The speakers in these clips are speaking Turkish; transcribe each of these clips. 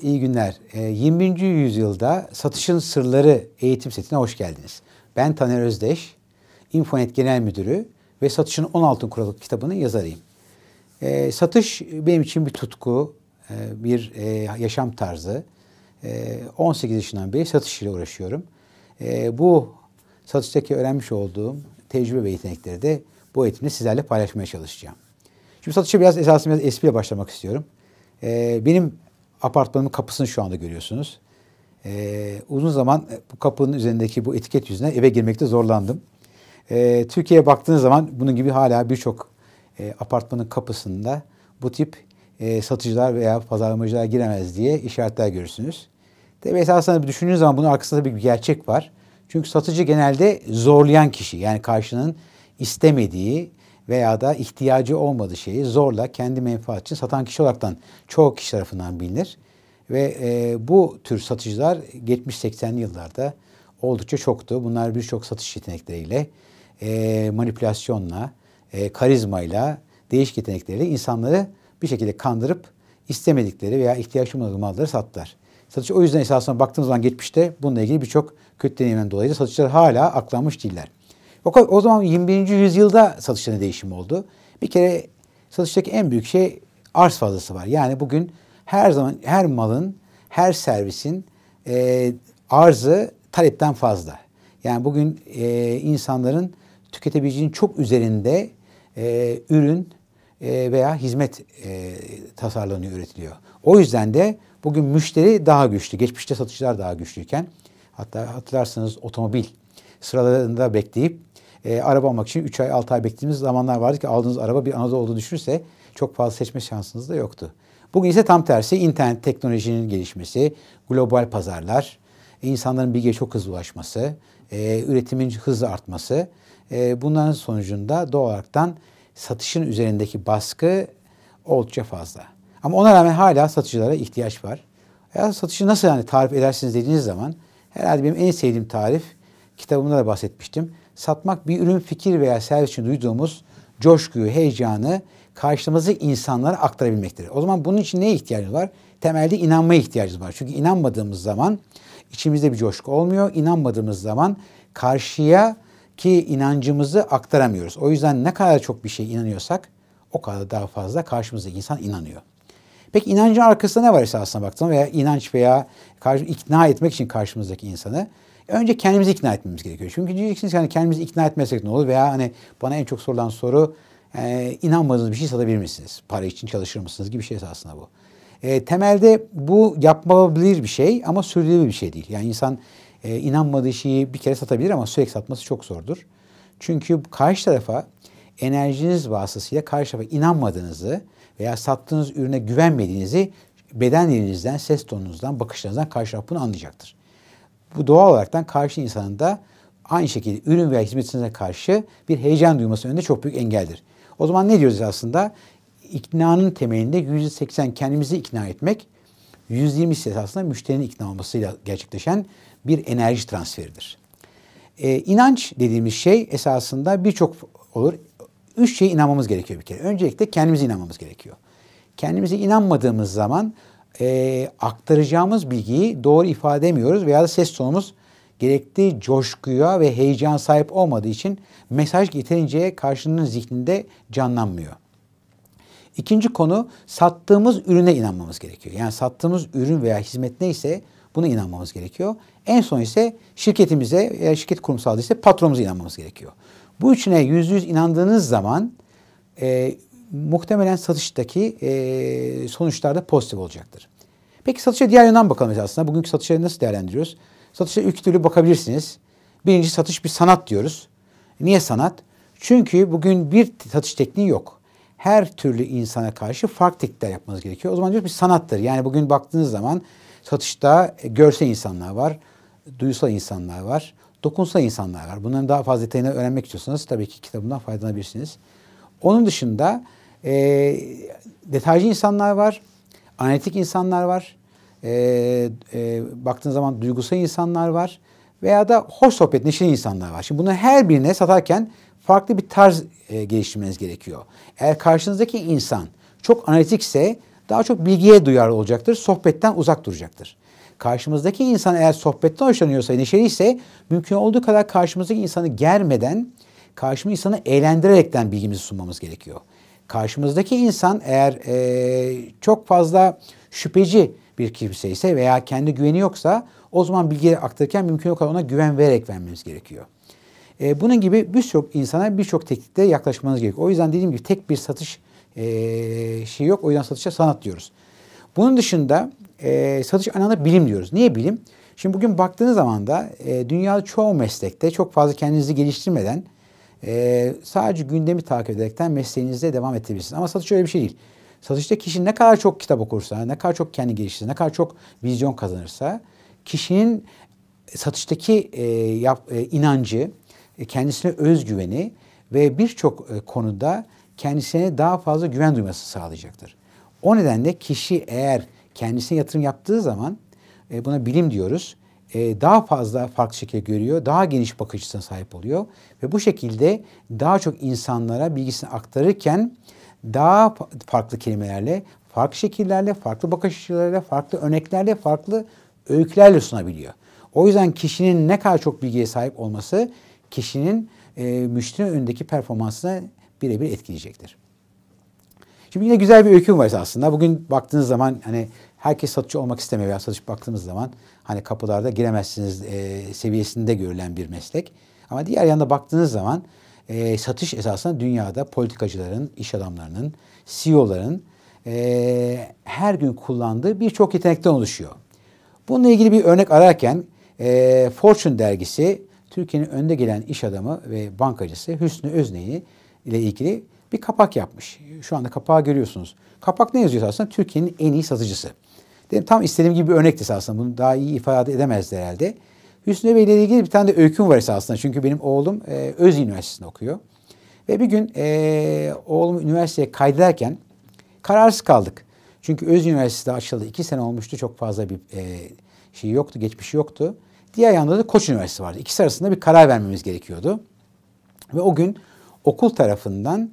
iyi günler. 21. yüzyılda satışın sırları eğitim setine hoş geldiniz. Ben Taner Özdeş, Infonet Genel Müdürü ve Satışın 16 Kuralı kitabının yazarıyım. Satış benim için bir tutku, bir yaşam tarzı. 18 yaşından beri satış ile uğraşıyorum. Bu satıştaki öğrenmiş olduğum tecrübe ve yetenekleri de bu eğitimde sizlerle paylaşmaya çalışacağım. Şimdi satışa esasında biraz espriyle başlamak istiyorum. Benim apartmanımın kapısını şu anda görüyorsunuz. Uzun zaman bu kapının üzerindeki bu etiket yüzünden eve girmekte zorlandım. Türkiye'ye baktığınız zaman bunun gibi hala birçok apartmanın kapısında bu tip satıcılar veya pazarlamacılar giremez diye işaretler görürsünüz. Tabii esasında bir düşündüğünüz zaman bunun arkasında bir gerçek var. Çünkü satıcı genelde zorlayan kişi, yani karşının istemediği veya da ihtiyacı olmadığı şeyi zorla kendi menfaat için satan kişi olaraktan çoğu kişi tarafından bilinir. Ve bu tür satıcılar 70-80'li yıllarda oldukça çoktu. Bunlar birçok satış yetenekleriyle, manipülasyonla, karizmayla, değişik yetenekleriyle insanları bir şekilde kandırıp istemedikleri veya ihtiyaç olmadığı malları sattılar. Satıcı o yüzden esasına baktığımız zaman geçmişte bununla ilgili birçok kötü deneyimden dolayı satıcılar hala aklanmış değiller. O zaman 21. yüzyılda satışta ne değişim oldu? Bir kere satıştaki en büyük şey arz fazlası var. Yani bugün her zaman her malın, her servisin arzı talepten fazla. Yani bugün insanların tüketebileceğinin çok üzerinde ürün veya hizmet tasarlanıyor, üretiliyor. O yüzden de bugün müşteri daha güçlü. Geçmişte satıcılar daha güçlüyken, hatta hatırlarsanız otomobil sıralarında bekleyip araba almak için 3 ay 6 ay beklediğimiz zamanlar vardı ki aldığınız araba bir Anadolu olduğunu düşünürse çok fazla seçme şansınız da yoktu. Bugün ise tam tersi, internet teknolojinin gelişmesi, global pazarlar, insanların bilgiye çok hızlı ulaşması, üretimin hızlı artması, bunların sonucunda doğal olaraktan satışın üzerindeki baskı oldukça fazla. Ama ona rağmen hala satıcılara ihtiyaç var. Ya satışı nasıl yani tarif edersiniz dediğiniz zaman herhalde benim en sevdiğim tarif, kitabımda da bahsetmiştim. Satmak bir ürün, fikir veya servis için duyduğumuz coşkuyu, heyecanı karşımızdaki insanlara aktarabilmektir. O zaman bunun için neye ihtiyacımız var? Temelde inanmaya ihtiyacımız var. Çünkü inanmadığımız zaman içimizde bir coşku olmuyor. İnanmadığımız zaman karşıya ki inancımızı aktaramıyoruz. O yüzden ne kadar çok bir şeye inanıyorsak o kadar daha fazla karşımızdaki insan inanıyor. Peki inancın arkasında ne var esasına baktığında veya inanç veya ikna etmek için karşımızdaki insanı? Önce kendimizi ikna etmemiz gerekiyor. Çünkü diyeceksiniz ki hani kendimizi ikna etmesek ne olur? Veya hani bana en çok sorulan soru inanmadığınız bir şey satabilir misiniz? Para için çalışır mısınız gibi bir şey esasında bu. Temelde bu yapılabilir bir şey ama sürdürülebilir bir şey değil. Yani insan inanmadığı şeyi bir kere satabilir ama sürekli satması çok zordur. Çünkü karşı tarafa enerjiniz vasıtasıyla karşı tarafa inanmadığınızı veya sattığınız ürüne güvenmediğinizi beden dilinizden, ses tonunuzdan, bakışlarınızdan karşı taraf bunu anlayacaktır. Bu doğal olaraktan karşı insanın da aynı şekilde ürün veya hizmetinize karşı bir heyecan duyması önünde çok büyük engeldir. O zaman ne diyoruz aslında? İknanın temelinde %80 kendimizi ikna etmek, %20'si esasında müşterinin ikna olmasıyla gerçekleşen bir enerji transferidir. İnanç dediğimiz şey esasında birçok olur. 3 şeye inanmamız gerekiyor bir kere. Öncelikle kendimize inanmamız gerekiyor. Kendimize inanmadığımız zaman aktaracağımız bilgiyi doğru ifade edemiyoruz veya da ses tonumuz gerektiği coşkuya ve heyecan sahip olmadığı için mesaj yeterince karşının zihninde canlanmıyor. İkinci konu, sattığımız ürüne inanmamız gerekiyor. Yani sattığımız ürün veya hizmet neyse buna inanmamız gerekiyor. En son ise şirketimize veya şirket kurumsal ise patronumuza inanmamız gerekiyor. Bu üçüne %100 inandığınız zaman muhtemelen satıştaki sonuçlar da pozitif olacaktır. Peki satışa diğer yönden bakalım aslında. Bugünkü satışları nasıl değerlendiriyoruz? Satışa 3 türlü bakabilirsiniz. Birinci, satış bir sanat diyoruz. Niye sanat? Çünkü bugün bir satış tekniği yok. Her türlü insana karşı farklı teknikler yapmanız gerekiyor. O zaman diyoruz bir sanattır. Yani bugün baktığınız zaman satışta görsel insanlar var, duysal insanlar var, dokunsal insanlar var. Bunların daha fazla detayını öğrenmek istiyorsanız tabii ki kitabımdan faydalanabilirsiniz. Onun dışında detaycı insanlar var, analitik insanlar var, baktığınız zaman duygusal insanlar var veya da hoş sohbet, neşeli insanlar var. Şimdi bunların her birine satarken farklı bir tarz geliştirmeniz gerekiyor. Eğer karşınızdaki insan çok analitikse daha çok bilgiye duyarlı olacaktır. Sohbetten uzak duracaktır. Karşımızdaki insan eğer sohbetten hoşlanıyorsa, neşeliyse mümkün olduğu kadar karşımızdaki insanı germeden, karşımızdaki insanı eğlendirerekten bilgimizi sunmamız gerekiyor. Karşımızdaki insan eğer çok fazla şüpheci bir kimse ise veya kendi güveni yoksa o zaman bilgileri aktarırken mümkün olduğu kadar ona güven vererek vermemiz gerekiyor. Bunun gibi birçok insana birçok teknikte yaklaşmanız gerekiyor. O yüzden dediğim gibi tek bir satış şey yok. O yüzden satışa sanat diyoruz. Bunun dışında satış anlamında bilim diyoruz. Niye bilim? Şimdi bugün baktığınız zaman da dünyada çoğu meslekte çok fazla kendinizi geliştirmeden sadece gündemi takip ederekten mesleğinizde devam edebilirsiniz. Ama satış öyle bir şey değil. Satışta kişi ne kadar çok kitap okursa, ne kadar çok kendi geliştirirse, ne kadar çok vizyon kazanırsa kişinin satıştaki inancı, kendisine özgüveni ve birçok konuda kendisine daha fazla güven duyması sağlayacaktır. O nedenle kişi eğer kendisine yatırım yaptığı zaman buna bilim diyoruz. Daha fazla farklı şekilde görüyor, daha geniş bakış açısına sahip oluyor ve bu şekilde daha çok insanlara bilgisini aktarırken daha farklı kelimelerle, farklı şekillerle, farklı bakış açılarıyla, farklı örneklerle, farklı öykülerle sunabiliyor. O yüzden kişinin ne kadar çok bilgiye sahip olması kişinin müşteri önündeki performansına birebir etkileyecektir. Şimdi yine güzel bir öyküm var aslında. Bugün baktığınız zaman hani herkes satışçı olmak istemiyor veya satış baktığımız zaman hani kapılarda giremezsiniz seviyesinde görülen bir meslek. Ama diğer yanda baktığınız zaman satış esasında dünyada politikacıların, iş adamlarının, CEO'ların her gün kullandığı birçok yetenekten oluşuyor. Bununla ilgili bir örnek ararken Fortune dergisi Türkiye'nin önde gelen iş adamı ve bankacısı Hüsnü Özney'i ile ilgili bir kapak yapmış. Şu anda kapağı görüyorsunuz. Kapak ne yazıyor aslında? Türkiye'nin en iyi satıcısı. Tam istediğim gibi bir örnekti esasında. Bunu daha iyi ifade edemezdi herhalde. Hüsnü Bey ile ilgili bir tane de öyküm var esasında. Çünkü benim oğlum Özyeğin Üniversitesi'nde okuyor. Ve bir gün oğlumu üniversiteye kaydederken kararsız kaldık. Çünkü Özyeğin Üniversitesi açıldı. 2 sene olmuştu. Çok fazla bir şey yoktu, geçmişi yoktu. Diğer yanda da Koç Üniversitesi vardı. İkisi arasında bir karar vermemiz gerekiyordu. Ve o gün okul tarafından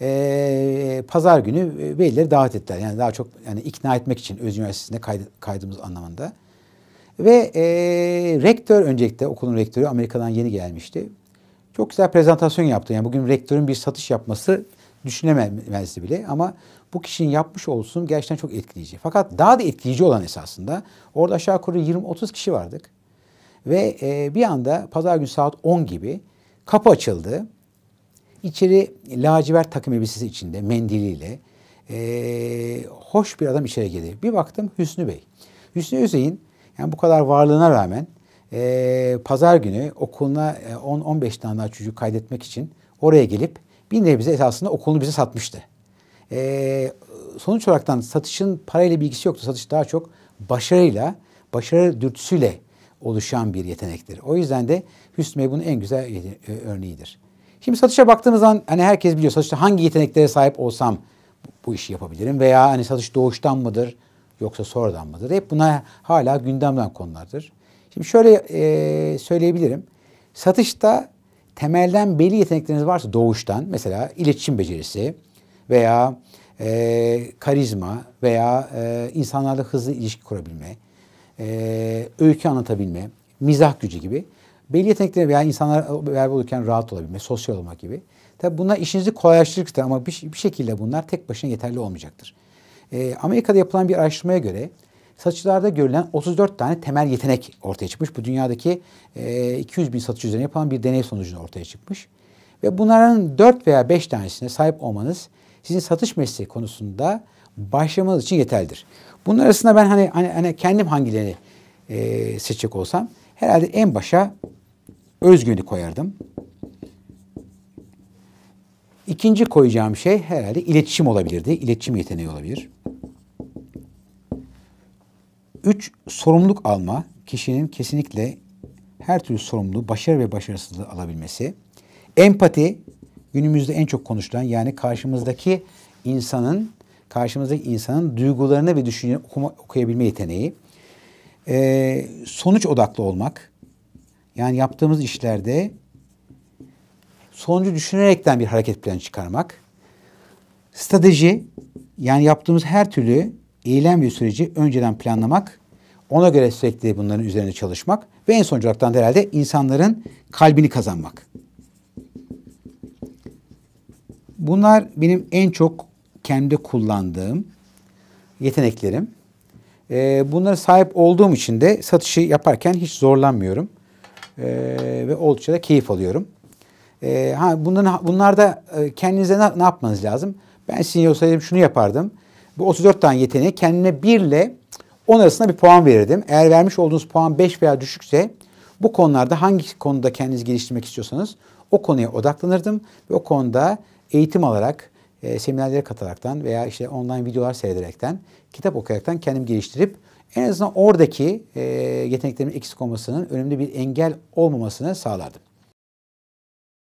pazar günü velileri davet ettiler. Yani daha çok yani ikna etmek için Özyeğin Üniversitesi'nde kaydımız anlamında. Ve rektör öncelikle okulun rektörü Amerika'dan yeni gelmişti. Çok güzel prezentasyon yaptı. Yani bugün rektörün bir satış yapması düşünemezdi bile ama bu kişinin yapmış olsun gerçekten çok etkileyici. Fakat daha da etkileyici olan esasında orada aşağı yukarı 20-30 kişi vardık. Ve bir anda pazar günü saat 10 gibi kapı açıldı. İçeri lacivert takım elbisesi içinde mendiliyle hoş bir adam içeri girdi. Bir baktım Hüsnü Bey. Hüsnü Özyeğin yani bu kadar varlığına rağmen pazar günü okuluna 10-15 tane daha çocuk kaydetmek için oraya gelip bir nebze esasında okulunu bize satmıştı. Sonuç olaraktan satışın parayla bir ilgisi yoktu. Satış daha çok başarıyla, başarı dürtüsüyle oluşan bir yetenektir. O yüzden de Hüsnü Bey bunun en güzel örneğidir. Şimdi satışa baktığımız zaman hani herkes biliyor satışta hangi yeteneklere sahip olsam bu işi yapabilirim veya hani satış doğuştan mıdır yoksa sonradan mıdır? Hep bunlar hala gündemden konulardır. Şimdi şöyle söyleyebilirim. Satışta temelden belli yetenekleriniz varsa doğuştan mesela iletişim becerisi veya karizma veya insanlarla hızlı ilişki kurabilme, öykü anlatabilme, mizah gücü gibi belli yetenekler veya insanlar beraber olurken rahat olabilme, sosyal olmak gibi. Tabii bunlar işinizi kolaylaştırır ama bir şekilde bunlar tek başına yeterli olmayacaktır. Amerika'da yapılan bir araştırmaya göre satışlarda görülen 34 tane temel yetenek ortaya çıkmış. Bu dünyadaki 200 bin satış üzerine yapılan bir deney sonucunda ortaya çıkmış. Ve bunların 4 veya 5 tanesine sahip olmanız sizin satış mesleği konusunda başlamanız için yeterlidir. Bunun arasında ben hani kendim hangilerini seçecek olsam herhalde en başa özgüveni koyardım. İkinci koyacağım şey herhalde iletişim olabilirdi. İletişim yeteneği olabilir. 3. Sorumluluk alma. Kişinin kesinlikle her türlü sorumluluğu, başarı ve başarısızlığı alabilmesi. Empati, günümüzde en çok konuşulan yani karşımızdaki insanın duygularını ve düşüncelerini okuyabilme yeteneği. Sonuç odaklı olmak. Yani yaptığımız işlerde sonucu düşünerekten bir hareket planı çıkarmak. Strateji, yani yaptığımız her türlü eylem ve süreci önceden planlamak, ona göre sürekli bunların üzerine çalışmak ve en sonucu olarak da herhalde insanların kalbini kazanmak. Bunlar benim en çok kendi kullandığım yeteneklerim. Bunlara sahip olduğum için de satışı yaparken hiç zorlanmıyorum. Ve oldukça da keyif alıyorum. Bunlarda kendinize ne yapmanız lazım? Ben sizin olsaydım şunu yapardım. Bu 34 tane yeteneği kendine 1 ile 10 arasında bir puan verirdim. Eğer vermiş olduğunuz puan 5 veya düşükse bu konularda hangi konuda kendinizi geliştirmek istiyorsanız o konuya odaklanırdım. Ve o konuda eğitim alarak, seminerlere katılaraktan veya işte online videolar seyrederekten, kitap okuyaraktan kendimi geliştirip en azından oradaki yeteneklerimin eksik olmasının önümde bir engel olmamasını sağlardım.